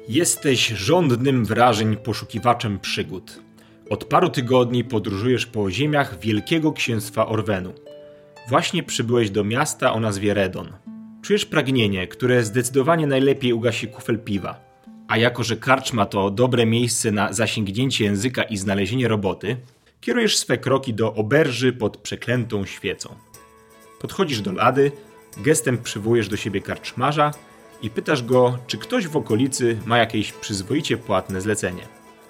Jesteś żądnym wrażeń poszukiwaczem przygód. Od paru tygodni podróżujesz po ziemiach Wielkiego Księstwa Orwenu. Właśnie przybyłeś do miasta o nazwie Redon. Czujesz pragnienie, które zdecydowanie najlepiej ugasi kufel piwa. A jako, że karczma to dobre miejsce na zasięgnięcie języka i znalezienie roboty, kierujesz swe kroki do oberży pod przeklętą świecą. Podchodzisz do lady, gestem przywołujesz do siebie karczmarza i pytasz go, czy ktoś w okolicy ma jakieś przyzwoicie płatne zlecenie.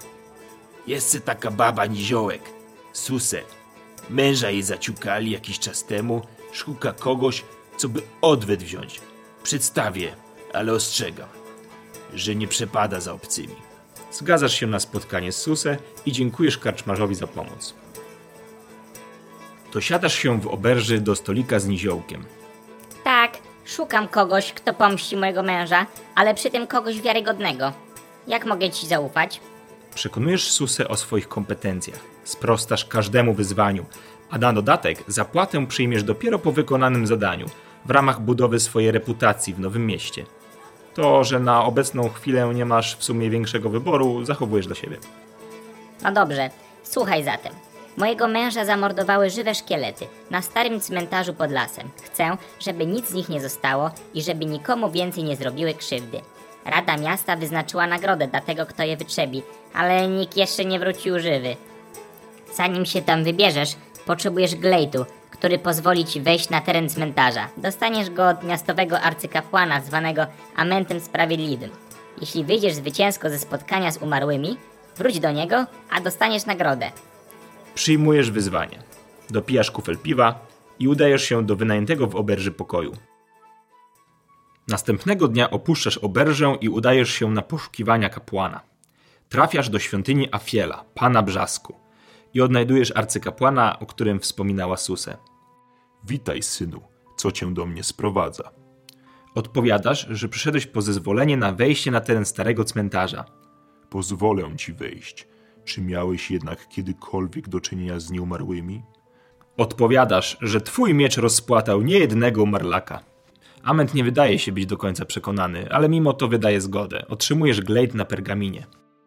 Jest taka baba niziołek, Suse. Męża jej zaciukali jakiś czas temu, szuka kogoś, co by odwet wziąć. Przedstawię, ale ostrzegam, że nie przepada za obcymi. Zgadzasz się na spotkanie z Suse i dziękujesz karczmarzowi za pomoc. Dosiadasz się w oberży do stolika z niziołkiem. Tak, szukam kogoś, kto pomści mojego męża, ale przy tym kogoś wiarygodnego. Jak mogę ci zaufać? Przekonujesz Susę o swoich kompetencjach. Sprostasz każdemu wyzwaniu, a na dodatek zapłatę przyjmiesz dopiero po wykonanym zadaniu, w ramach budowy swojej reputacji w nowym mieście. To, że na obecną chwilę nie masz w sumie większego wyboru, zachowujesz dla siebie. No dobrze, słuchaj zatem. Mojego męża zamordowały żywe szkielety na starym cmentarzu pod lasem. Chcę, żeby nic z nich nie zostało i żeby nikomu więcej nie zrobiły krzywdy. Rada miasta wyznaczyła nagrodę dla tego, kto je wytrzebi, ale nikt jeszcze nie wrócił żywy. Zanim się tam wybierzesz, potrzebujesz glejtu, który pozwoli ci wejść na teren cmentarza. Dostaniesz go od miastowego arcykapłana zwanego Amentem Sprawiedliwym. Jeśli wyjdziesz zwycięsko ze spotkania z umarłymi, wróć do niego, a dostaniesz nagrodę. Przyjmujesz wyzwanie. Dopijasz kufel piwa i udajesz się do wynajętego w oberży pokoju. Następnego dnia opuszczasz oberżę i udajesz się na poszukiwania kapłana. Trafiasz do świątyni Afiela, pana Brzasku, i odnajdujesz arcykapłana, o którym wspominała Suse. Witaj, synu, co cię do mnie sprowadza? Odpowiadasz, że przyszedłeś po zezwolenie na wejście na teren starego cmentarza. Pozwolę ci wejść. Czy miałeś jednak kiedykolwiek do czynienia z nieumarłymi? Odpowiadasz, że twój miecz rozpłatał niejednego umarlaka. Ament nie wydaje się być do końca przekonany, ale mimo to wydaje zgodę. Otrzymujesz glejt na pergaminie.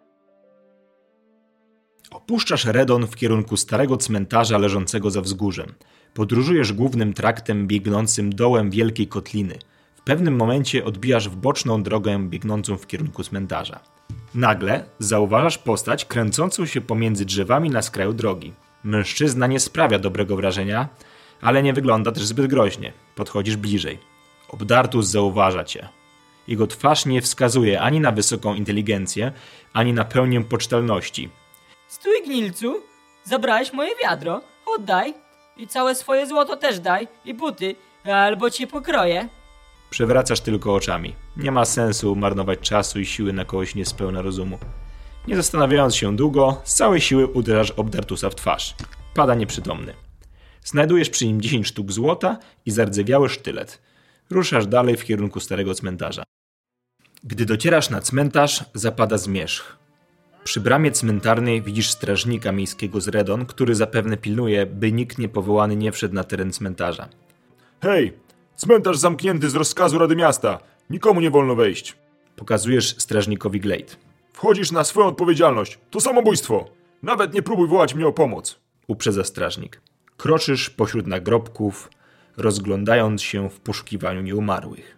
Opuszczasz Redon w kierunku starego cmentarza leżącego za wzgórzem. Podróżujesz głównym traktem biegnącym dołem Wielkiej Kotliny. W pewnym momencie odbijasz w boczną drogę biegnącą w kierunku cmentarza. Nagle zauważasz postać kręcącą się pomiędzy drzewami na skraju drogi. Mężczyzna nie sprawia dobrego wrażenia, ale nie wygląda też zbyt groźnie. Podchodzisz bliżej. Obdartus zauważa cię. Jego twarz nie wskazuje ani na wysoką inteligencję, ani na pełnię poczytalności. Stój, gnilcu! Zabrałeś moje wiadro. Oddaj. I całe swoje złoto też daj. I buty. Albo cię pokroję. Przewracasz tylko oczami. Nie ma sensu marnować czasu i siły na kogoś niespełna rozumu. Nie zastanawiając się długo, z całej siły uderzasz Obdartusa w twarz. Pada nieprzytomny. Znajdujesz przy nim 10 sztuk złota i zardzewiały sztylet. Ruszasz dalej w kierunku starego cmentarza. Gdy docierasz na cmentarz, zapada zmierzch. Przy bramie cmentarnej widzisz strażnika miejskiego z Redon, który zapewne pilnuje, by nikt niepowołany nie wszedł na teren cmentarza. Hej! Cmentarz zamknięty z rozkazu Rady Miasta. Nikomu nie wolno wejść. Pokazujesz strażnikowi glejt. Wchodzisz na swoją odpowiedzialność. To samobójstwo. Nawet nie próbuj wołać mnie o pomoc. Uprzedza strażnik. Kroczysz pośród nagrobków, rozglądając się w poszukiwaniu nieumarłych.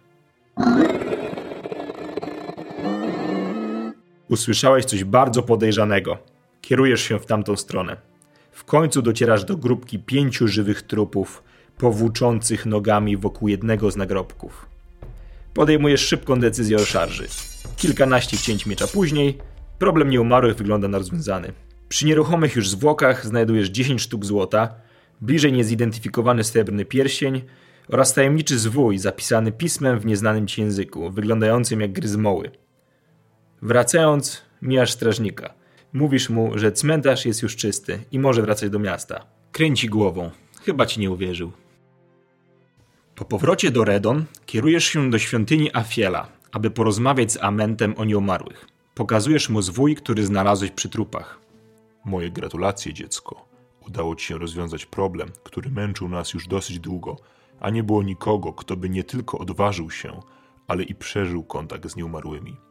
Usłyszałeś coś bardzo podejrzanego. Kierujesz się w tamtą stronę. W końcu docierasz do grupki 5 żywych trupów, powłóczących nogami wokół jednego z nagrobków. Podejmujesz szybką decyzję o szarży. Kilkanaście cięć miecza później, problem nieumarłych wygląda na rozwiązany. Przy nieruchomych już zwłokach znajdujesz 10 sztuk złota, bliżej niezidentyfikowany srebrny pierścień oraz tajemniczy zwój zapisany pismem w nieznanym ci języku, wyglądającym jak gryzmoły. Wracając, mijasz strażnika. Mówisz mu, że cmentarz jest już czysty i może wracać do miasta. Kręci głową. Chyba ci nie uwierzył. Po powrocie do Redon kierujesz się do świątyni Afiela, aby porozmawiać z Amentem o nieumarłych. Pokazujesz mu zwój, który znalazłeś przy trupach. Moje gratulacje, dziecko. Udało ci się rozwiązać problem, który męczył nas już dosyć długo, a nie było nikogo, kto by nie tylko odważył się, ale i przeżył kontakt z nieumarłymi.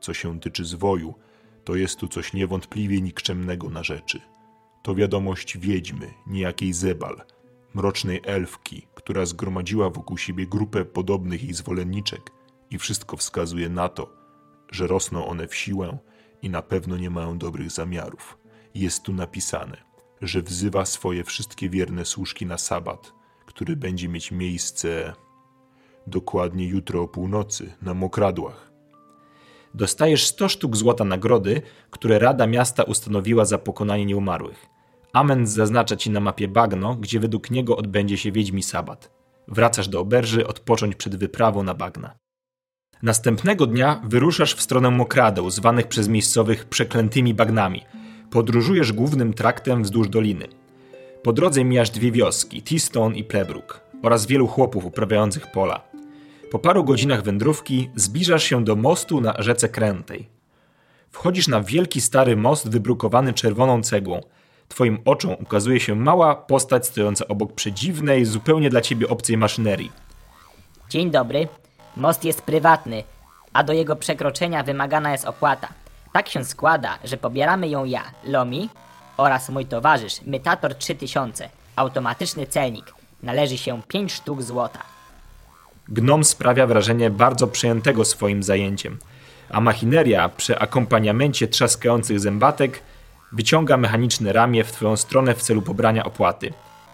co się tyczy zwoju, to jest tu coś niewątpliwie nikczemnego na rzeczy. To wiadomość wiedźmy, niejakiej Zebal, mrocznej elfki, która zgromadziła wokół siebie grupę podobnych jej zwolenniczek i wszystko wskazuje na to, że rosną one w siłę i na pewno nie mają dobrych zamiarów. Jest tu napisane, że wzywa swoje wszystkie wierne służki na sabat, który będzie mieć miejsce dokładnie jutro o północy na Mokradłach. Dostajesz 100 sztuk złota nagrody, które Rada Miasta ustanowiła za pokonanie nieumarłych. Ament zaznacza ci na mapie bagno, gdzie według niego odbędzie się wiedźmi sabat. Wracasz do oberży odpocząć przed wyprawą na bagna. Następnego dnia wyruszasz w stronę Mokradeł, zwanych przez miejscowych przeklętymi bagnami. Podróżujesz głównym traktem wzdłuż doliny. Po drodze mijasz 2 wioski, Teastone i Plebrook, oraz wielu chłopów uprawiających pola. Po paru godzinach wędrówki zbliżasz się do mostu na rzece Krętej. Wchodzisz na wielki stary most wybrukowany czerwoną cegłą. Twoim oczom ukazuje się mała postać stojąca obok przedziwnej, zupełnie dla ciebie obcej maszynerii. Dzień dobry. Most jest prywatny, a do jego przekroczenia wymagana jest opłata. Tak się składa, że pobieramy ją ja, Lomi, oraz mój towarzysz, Mytator 3000, automatyczny celnik. Należy się 5 sztuk złota. Gnom sprawia wrażenie bardzo przejętego swoim zajęciem, a machineria przy akompaniamencie trzaskających zębatek wyciąga mechaniczne ramię w twoją stronę w celu pobrania opłaty.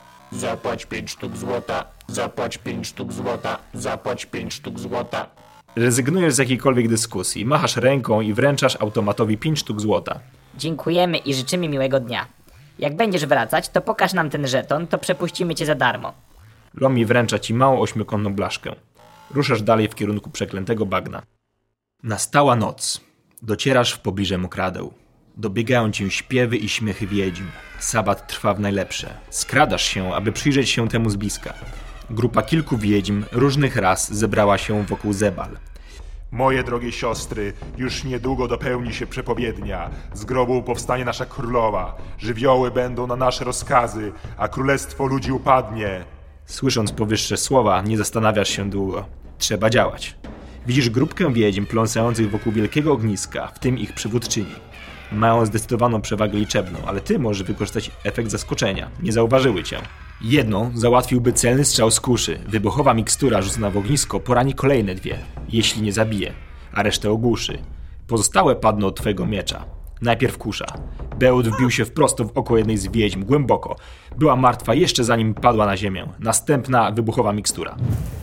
Zapłać 5 sztuk złota, zapłać 5 sztuk złota, zapłać 5 sztuk złota. Rezygnujesz z jakiejkolwiek dyskusji, machasz ręką i wręczasz automatowi 5 sztuk złota. Dziękujemy i życzymy miłego dnia. Jak będziesz wracać, to pokaż nam ten żeton, to przepuścimy cię za darmo. Lomi wręcza ci małą 8-kątną blaszkę. Ruszasz dalej w kierunku przeklętego bagna. Nastała noc. Docierasz w pobliże Mokradeł. Dobiegają cię śpiewy i śmiechy wiedźm. Sabat trwa w najlepsze. Skradasz się, aby przyjrzeć się temu z bliska. Grupa kilku wiedźm różnych ras zebrała się wokół Zebal. Moje drogie siostry, już niedługo dopełni się przepowiednia. Z grobu powstanie nasza królowa. Żywioły będą na nasze rozkazy, a królestwo ludzi upadnie. Słysząc powyższe słowa, nie zastanawiasz się długo. Trzeba działać. Widzisz grupkę wiedźm pląsających wokół wielkiego ogniska, w tym ich przywódczyni. Mają zdecydowaną przewagę liczebną, ale ty możesz wykorzystać efekt zaskoczenia. Nie zauważyły cię. Jedną załatwiłby celny strzał z kuszy. Wybuchowa mikstura rzucona w ognisko porani kolejne 2, jeśli nie zabije, a resztę ogłuszy. Pozostałe padną od twojego miecza. Najpierw kusza. Bełt wbił się wprost w oko jednej z wiedźm, głęboko. Była martwa jeszcze zanim padła na ziemię. Następna wybuchowa mikstura.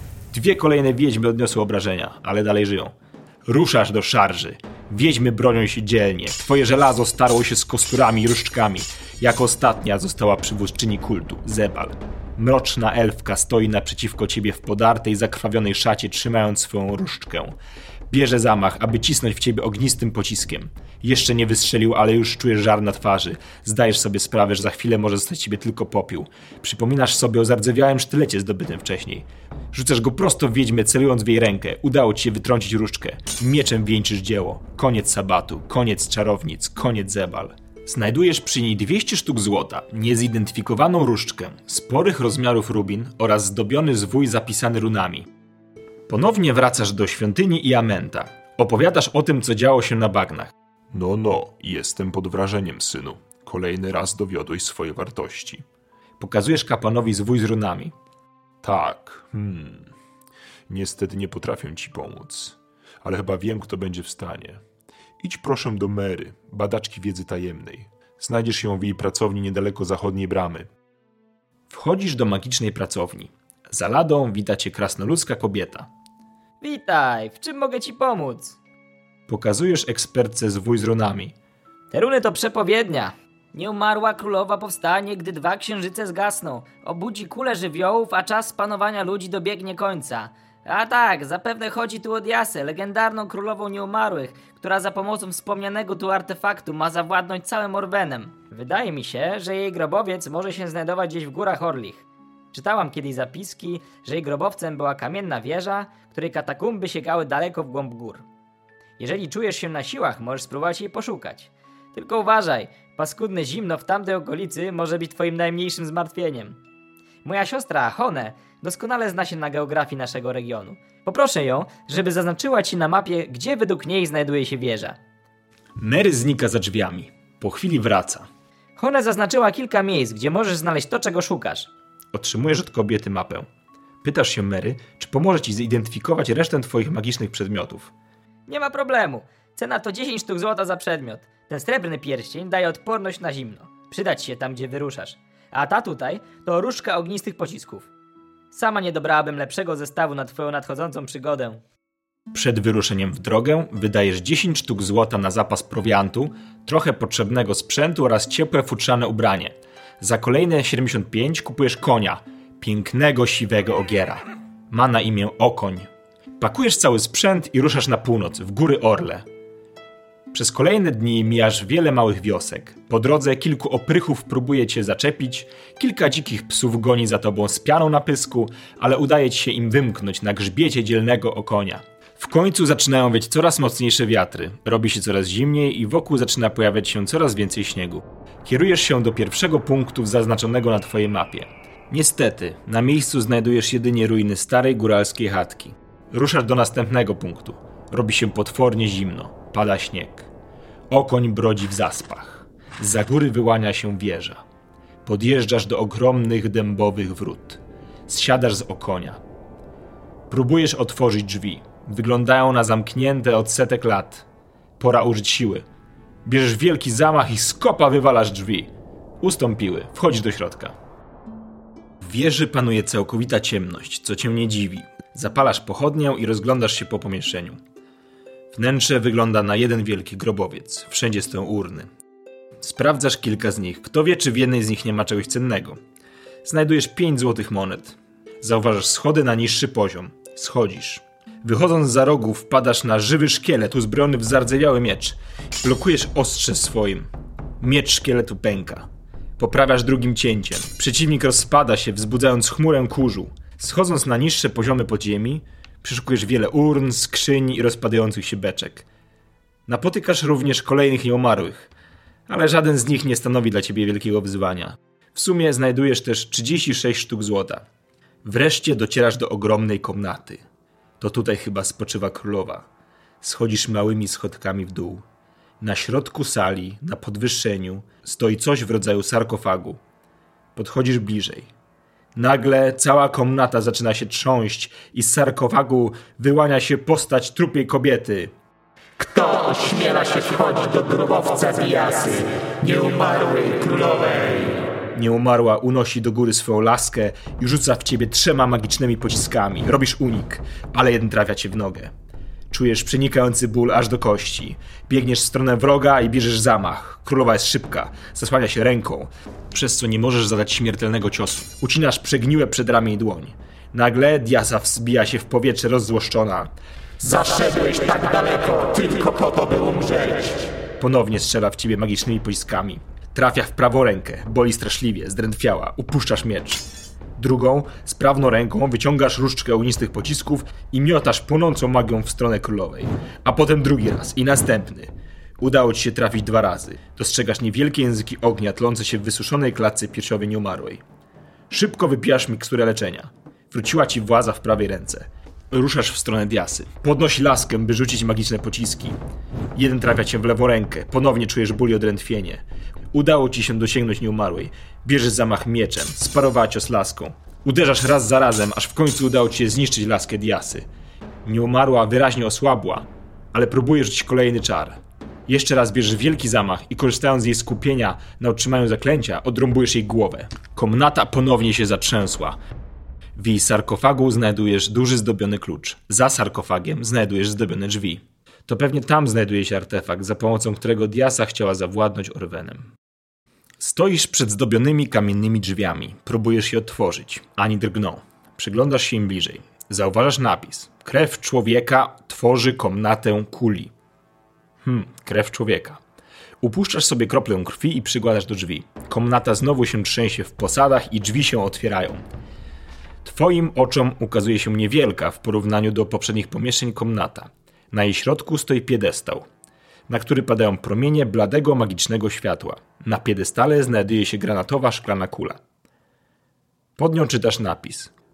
2 kolejne wiedźmy odniosły obrażenia, ale dalej żyją. Ruszasz do szarży. Wiedźmy bronią się dzielnie. Twoje żelazo starło się z kosturami i różdżkami. Jako ostatnia została przywódczyni kultu, Zebal. Mroczna elfka stoi naprzeciwko ciebie w podartej, zakrwawionej szacie, trzymając swoją różdżkę. Bierze zamach, aby cisnąć w ciebie ognistym pociskiem. Jeszcze nie wystrzelił, ale już czujesz żar na twarzy. Zdajesz sobie sprawę, że za chwilę może zostać ciebie tylko popiół. Przypominasz sobie o zardzewiałym sztylecie zdobytym wcześniej. Rzucasz go prosto w wiedźmę, celując w jej rękę. Udało ci się wytrącić różdżkę. Mieczem wieńczysz dzieło. Koniec sabatu, koniec czarownic, koniec Zebal. Znajdujesz przy niej 200 sztuk złota, niezidentyfikowaną różdżkę, sporych rozmiarów rubin oraz zdobiony zwój zapisany runami. Ponownie wracasz do świątyni i Amenta. Opowiadasz o tym, co działo się na bagnach. No, jestem pod wrażeniem, synu. Kolejny raz dowiodłeś swoje wartości. Pokazujesz kapłanowi zwój z runami. Tak, Niestety nie potrafię ci pomóc, ale chyba wiem, kto będzie w stanie. Idź proszę do Mary, badaczki wiedzy tajemnej. Znajdziesz ją w jej pracowni niedaleko zachodniej bramy. Wchodzisz do magicznej pracowni. Za ladą wita cię krasnoludzka kobieta. Witaj, w czym mogę ci pomóc? Pokazujesz ekspertce zwój z runami. Te runy to przepowiednia. Nieumarła królowa powstanie, gdy 2 księżyce zgasną. Obudzi kulę żywiołów, a czas panowania ludzi dobiegnie końca. A tak, zapewne chodzi tu o Diasę, legendarną królową nieumarłych, która za pomocą wspomnianego tu artefaktu ma zawładnąć całym Orwenem. Wydaje mi się, że jej grobowiec może się znajdować gdzieś w górach Orlich. Czytałam kiedyś zapiski, że jej grobowcem była kamienna wieża, której katakumby sięgały daleko w głąb gór. Jeżeli czujesz się na siłach, możesz spróbować jej poszukać. Tylko uważaj, paskudne zimno w tamtej okolicy może być twoim najmniejszym zmartwieniem. Moja siostra Hone Doskonale zna się na geografii naszego regionu. Poproszę ją, żeby zaznaczyła ci na mapie, gdzie według niej znajduje się wieża. Mary znika za drzwiami. Po chwili wraca. Hone zaznaczyła kilka miejsc, gdzie możesz znaleźć to, czego szukasz. Otrzymujesz od kobiety mapę. Pytasz się Mary, czy pomoże ci zidentyfikować resztę twoich magicznych przedmiotów. Nie ma problemu. Cena to 10 sztuk złota za przedmiot. Ten srebrny pierścień daje odporność na zimno. Przydać się tam, gdzie wyruszasz. A ta tutaj to różdżka ognistych pocisków. Sama nie dobrałabym lepszego zestawu na twoją nadchodzącą przygodę. Przed wyruszeniem w drogę wydajesz 10 sztuk złota na zapas prowiantu, trochę potrzebnego sprzętu oraz ciepłe futrzane ubranie. Za kolejne 75 kupujesz konia, pięknego siwego ogiera. Ma na imię Okoń. Pakujesz cały sprzęt i ruszasz na północ, w góry Orle. Przez kolejne dni mijasz wiele małych wiosek. Po drodze kilku oprychów próbuje cię zaczepić, kilka dzikich psów goni za tobą z pianą na pysku, ale udaje ci się im wymknąć na grzbiecie dzielnego Okonia. W końcu zaczynają wiać coraz mocniejsze wiatry, robi się coraz zimniej i wokół zaczyna pojawiać się coraz więcej śniegu. Kierujesz się do pierwszego punktu zaznaczonego na twojej mapie. Niestety, na miejscu znajdujesz jedynie ruiny starej góralskiej chatki. Ruszasz do następnego punktu. Robi się potwornie zimno, pada śnieg. Okoń brodzi w zaspach. Zza góry wyłania się wieża. Podjeżdżasz do ogromnych dębowych wrót. Zsiadasz z Okonia. Próbujesz otworzyć drzwi. Wyglądają na zamknięte od setek lat. Pora użyć siły. Bierzesz wielki zamach i z kopa wywalasz drzwi. Ustąpiły. Wchodzisz do środka. W wieży panuje całkowita ciemność, co cię nie dziwi. Zapalasz pochodnię i rozglądasz się po pomieszczeniu. Wnętrze wygląda na jeden wielki grobowiec. Wszędzie stoją urny. Sprawdzasz kilka z nich. Kto wie, czy w jednej z nich nie ma czegoś cennego. Znajdujesz 5 złotych monet. Zauważasz schody na niższy poziom. Schodzisz. Wychodząc za rogu wpadasz na żywy szkielet uzbrojony w zardzewiały miecz. Blokujesz ostrze swoim. Miecz szkieletu pęka. Poprawiasz drugim cięciem. Przeciwnik rozpada się, wzbudzając chmurę kurzu. Schodząc na niższe poziomy podziemi, przeszukujesz wiele urn, skrzyń i rozpadających się beczek. Napotykasz również kolejnych nieumarłych, ale żaden z nich nie stanowi dla ciebie wielkiego wyzwania. W sumie znajdujesz też 36 sztuk złota. Wreszcie docierasz do ogromnej komnaty. To tutaj chyba spoczywa królowa. Schodzisz małymi schodkami w dół. Na środku sali, na podwyższeniu, stoi coś w rodzaju sarkofagu. Podchodzisz bliżej. Nagle cała komnata zaczyna się trząść i z sarkofagu wyłania się postać trupiej kobiety. Kto ośmiela się wchodzić do grobowca Diasy, nieumarłej królowej? Nieumarła unosi do góry swoją laskę i rzuca w ciebie 3 magicznymi pociskami. Robisz unik, ale jeden trafia cię w nogę. Czujesz przenikający ból aż do kości. Biegniesz w stronę wroga i bierzesz zamach. Królowa jest szybka, zasłania się ręką, przez co nie możesz zadać śmiertelnego ciosu. Ucinasz przegniłe przedramię i dłoń. Nagle Diasa wzbija się w powietrze rozzłoszczona. Zaszedłeś tak daleko, tylko po to, by umrzeć. Ponownie strzela w ciebie magicznymi pociskami. Trafia w prawą rękę, boli straszliwie, zdrętwiała. Upuszczasz miecz. Drugą, sprawną ręką wyciągasz różdżkę ognistych pocisków i miotasz płonącą magią w stronę królowej. A potem drugi raz i następny. Udało ci się trafić 2 razy. Dostrzegasz niewielkie języki ognia tlące się w wysuszonej klatce piersiowej nieumarłej. Szybko wypijasz miksturę leczenia. Wróciła ci władza w prawej ręce. Ruszasz w stronę Diasy. Podnosi laskę, by rzucić magiczne pociski. Jeden trafia cię w lewą rękę. Ponownie czujesz ból i odrętwienie. Udało ci się dosięgnąć nieumarłej. Bierzesz zamach mieczem. Sparowała cios laską. Uderzasz raz za razem, aż w końcu udało ci się zniszczyć laskę Diasy. Nieumarła wyraźnie osłabła, ale próbuje rzucić kolejny czar. Jeszcze raz bierzesz wielki zamach i korzystając z jej skupienia na utrzymaniu zaklęcia, odrąbujesz jej głowę. Komnata ponownie się zatrzęsła. W jej sarkofagu znajdujesz duży zdobiony klucz. Za sarkofagiem znajdujesz zdobione drzwi. To pewnie tam znajduje się artefakt, za pomocą którego Diasa chciała zawładnąć Orwenem. Stoisz przed zdobionymi kamiennymi drzwiami. Próbujesz je otworzyć. Ani drgną. Przyglądasz się im bliżej. Zauważasz napis. Krew człowieka tworzy komnatę kuli. Krew człowieka. Upuszczasz sobie kroplę krwi i przykładasz do drzwi. Komnata znowu się trzęsie w posadach i drzwi się otwierają. Twoim oczom ukazuje się niewielka w porównaniu do poprzednich pomieszczeń komnata. Na jej środku stoi piedestał, na który padają promienie bladego magicznego światła. Na piedestale znajduje się granatowa szklana kula. Pod nią czytasz napis.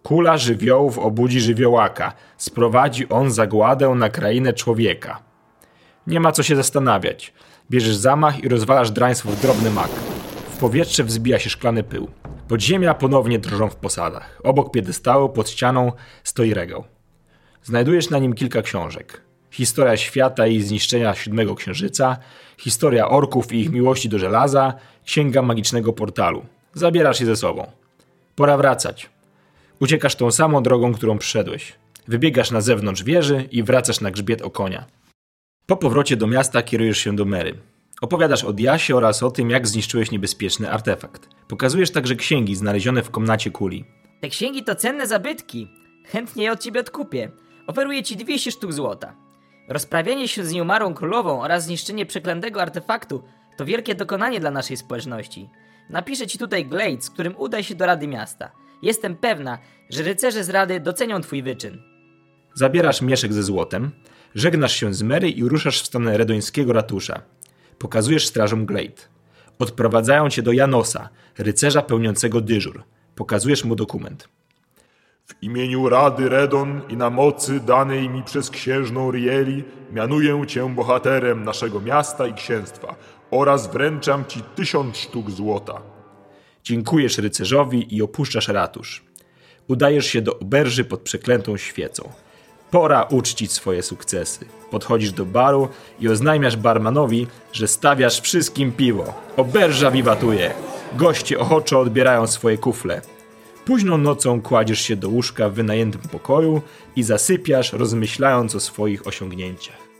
Kula żywiołów obudzi żywiołaka. Sprowadzi on zagładę na krainę człowieka. Nie ma co się zastanawiać. Bierzesz zamach i rozwalasz draństwo w drobny mak. W powietrze wzbija się szklany pył. Podziemia ponownie drżą w posadach. Obok piedestału, pod ścianą, stoi regał. Znajdujesz na nim kilka książek. Historia świata i zniszczenia 7 księżyca, historia orków i ich miłości do żelaza, księga magicznego portalu. Zabierasz je ze sobą. Pora wracać. Uciekasz tą samą drogą, którą przyszedłeś. Wybiegasz na zewnątrz wieży i wracasz na grzbiet o konia. Po powrocie do miasta kierujesz się do Mary. Opowiadasz o Diasie oraz o tym, jak zniszczyłeś niebezpieczny artefakt. Pokazujesz także księgi znalezione w komnacie Kuli. Te księgi to cenne zabytki. Chętnie je od ciebie odkupię. Oferuję ci 200 sztuk złota. Rozprawienie się z nieumarłą królową oraz zniszczenie przeklętego artefaktu to wielkie dokonanie dla naszej społeczności. Napiszę ci tutaj glejt, z którym udaj się do Rady Miasta. Jestem pewna, że rycerze z Rady docenią twój wyczyn. Zabierasz mieszek ze złotem, żegnasz się z Mary i ruszasz w stronę redońskiego ratusza. Pokazujesz strażom glejt. Odprowadzają cię do Janosa, rycerza pełniącego dyżur. Pokazujesz mu dokument. W imieniu Rady Redon i na mocy danej mi przez księżną Rieli mianuję cię bohaterem naszego miasta i księstwa oraz wręczam ci 1000 sztuk złota. Dziękujesz rycerzowi i opuszczasz ratusz. Udajesz się do oberży pod przeklętą świecą. Pora uczcić swoje sukcesy. Podchodzisz do baru i oznajmiasz barmanowi, że stawiasz wszystkim piwo. Oberża wiwatuje. Goście ochoczo odbierają swoje kufle. Późną nocą kładziesz się do łóżka w wynajętym pokoju i zasypiasz, rozmyślając o swoich osiągnięciach.